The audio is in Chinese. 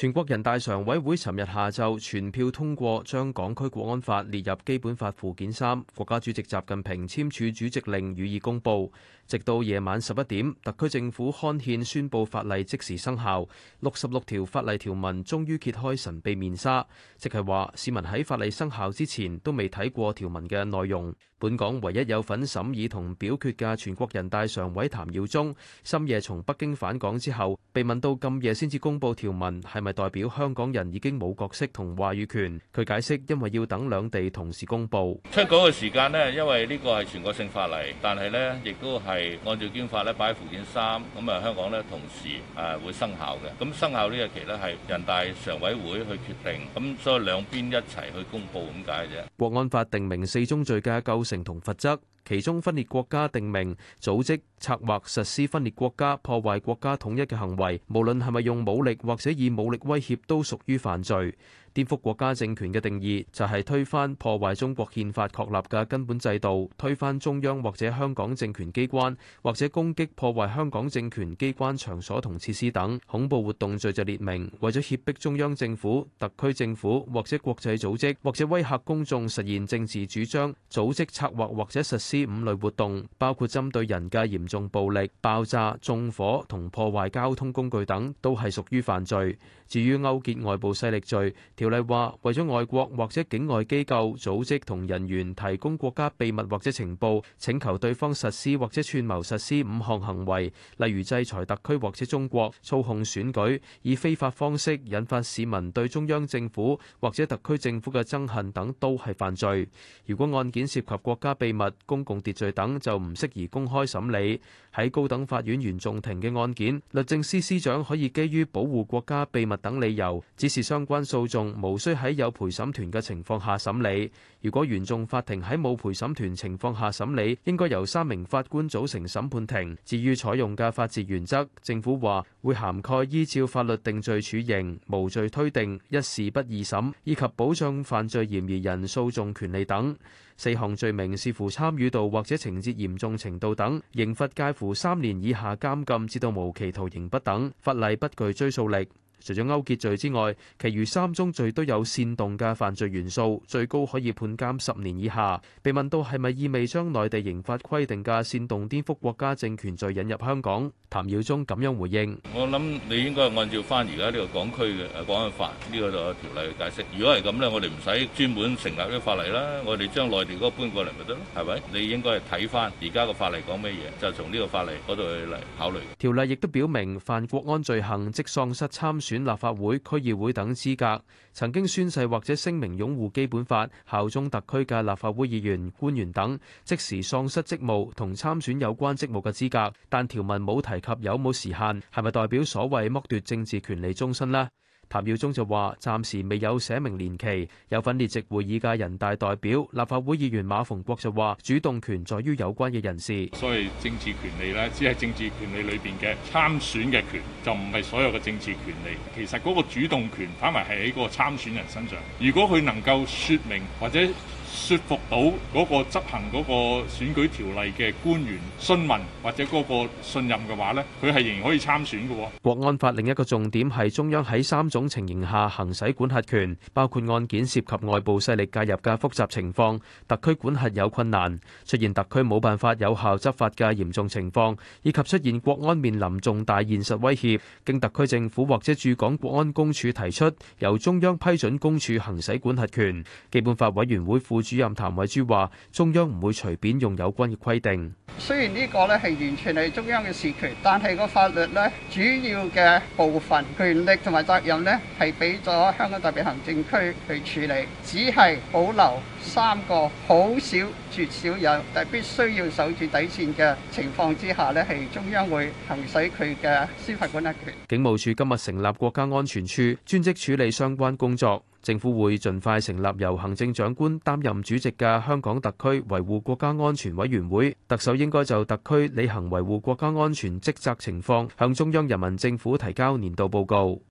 全國人大常委會尋日下晝全票通過將港區國安法列入基本法附件3，國家主席習近平簽署主席令予以公佈。直到夜晚11點，特區政府刊憲宣布法例即時生效，66條法例條文終於揭開神秘面紗，即係話市民喺法例生效之前都未睇過條文嘅內容。本港唯一有份審議同表決嘅全國人大常委譚耀宗，深夜從北京返港之後，被問到咁夜先至公佈條文，係咪代表香港人已經冇角色同話語權？佢解釋，因為要等兩地同時公佈。 出港嘅時間呢，因為呢個係全國性法例，但係呢亦都係按照基本法咧擺喺附件3，咁啊香港呢同時會生效嘅。咁生效呢個期呢係人大常委會去決定，咁所以兩邊一齊去公佈咁解啫。 國安法定明4宗罪嘅構成同罰則。其中分裂國家定明組織、策劃、實施分裂國家、破壞國家統一嘅行為，無論係咪用武力或者以武力威脅，都屬於犯罪。顛覆國家政權嘅定義就係推翻、破壞中國憲法確立嘅根本制度，推翻中央或者香港政權機關，或者攻擊、破壞香港政權機關場所同設施等。恐怖活動罪就列明，為咗脅迫中央政府、特區政府或者國際組織，或者威嚇公眾實現政治主張，組織策劃或者實施5類活動，包括針對人嘅嚴重暴力、爆炸、縱火同破壞交通工具等，都係屬於犯罪。至於勾結外部勢力罪，條例話為咗外國或者境外機構、組織同人員提供國家秘密或者情報，請求對方實施或者串謀實施5項行為，例如制裁特區或者中國、操控選舉、以非法方式引發市民對中央政府或者特區政府嘅憎恨等，都係犯罪。如果案件涉及國家秘密、公共秩序等，就唔適宜公開審理。喺高等法院原訟庭嘅案件，律政司司長可以基於保護國家秘密等理由，指示相關訴訟無需喺有陪審團嘅情況下審理。如果原訟法庭喺冇陪審團情況下審理，應該由3名法官組成審判庭。至於採用嘅法治原則，政府話會涵蓋依照法律定罪處刑、無罪推定、一事不二審，以及保障犯罪嫌疑人訴訟權利等。4項罪名視乎參與度或者情節嚴重程度等，刑罰介乎3年以下監禁至到無期徒刑不等，法例不具追溯力。除咗勾結罪之外，其餘3宗罪都有煽動嘅犯罪元素，最高可以判監10年以下。被問到係咪意味將內地刑法規定嘅煽動顛覆國家政權罪引入香港，譚耀宗咁樣回應： 我諗你應該按照翻而家呢個港區嘅國安法呢個條例去解釋。如果係咁呢，我哋唔使專門成立呢個法例啦，我哋將內地嗰個搬過嚟咪得咯，係咪？你應該係睇翻而家個法例講咩嘢，就從呢個法例嗰度嚟考慮。 條例亦都表明，犯國安罪行即喪失參選立法會、區議會等資格，曾經宣誓或者聲明擁護基本法、效忠特區嘅立法會議員、官員等，即時喪失職務同參選有關職務嘅資格。但條文冇提及有冇時限，係咪代表所謂剝奪政治權利終身呢？譚耀宗就話：暫時未有寫明年期。有份列席會議嘅人大代表、立法會議員馬逢國就話：主動權在於有關嘅人士。 所謂政治權利呢，只係政治權利裏邊嘅參選嘅權，就唔係所有嘅政治權利。其實嗰個主動權反為係喺個參選人身上。如果佢能夠説明或者說服到嗰個執行嗰個選舉條例嘅官員詢問或者嗰個信任嘅話呢，佢係仍然可以參選嘅。 國安法另一個重點係中央喺3種情形下行使管轄權，包括案件涉及外部勢力介入嘅複雜情況，特區管轄有困難，出現特區冇辦法有效執法嘅嚴重情況，以及出現國安面臨重大現實威脅，經特區政府或者駐港國安公署提出，由中央批准公署行使管轄權。基本法委員會副主任譚惠珠話：中央唔會隨便用有關嘅規定。 雖然呢個咧係完全係中央嘅事權，但係個法律咧主要嘅部分權力同埋責任咧係俾咗香港特別行政區去處理，只係保留3個好少絕少有，但係必須要守住底線嘅情況之下咧，係中央會行使佢嘅司法管轄權。 警務處今日成立國家安全處，專職處理相關工作。政府會盡快成立由行政長官擔任主席嘅香港特區維護國家安全委員會，特首應該就特區履行維護國家安全職責情況，向中央人民政府提交年度報告。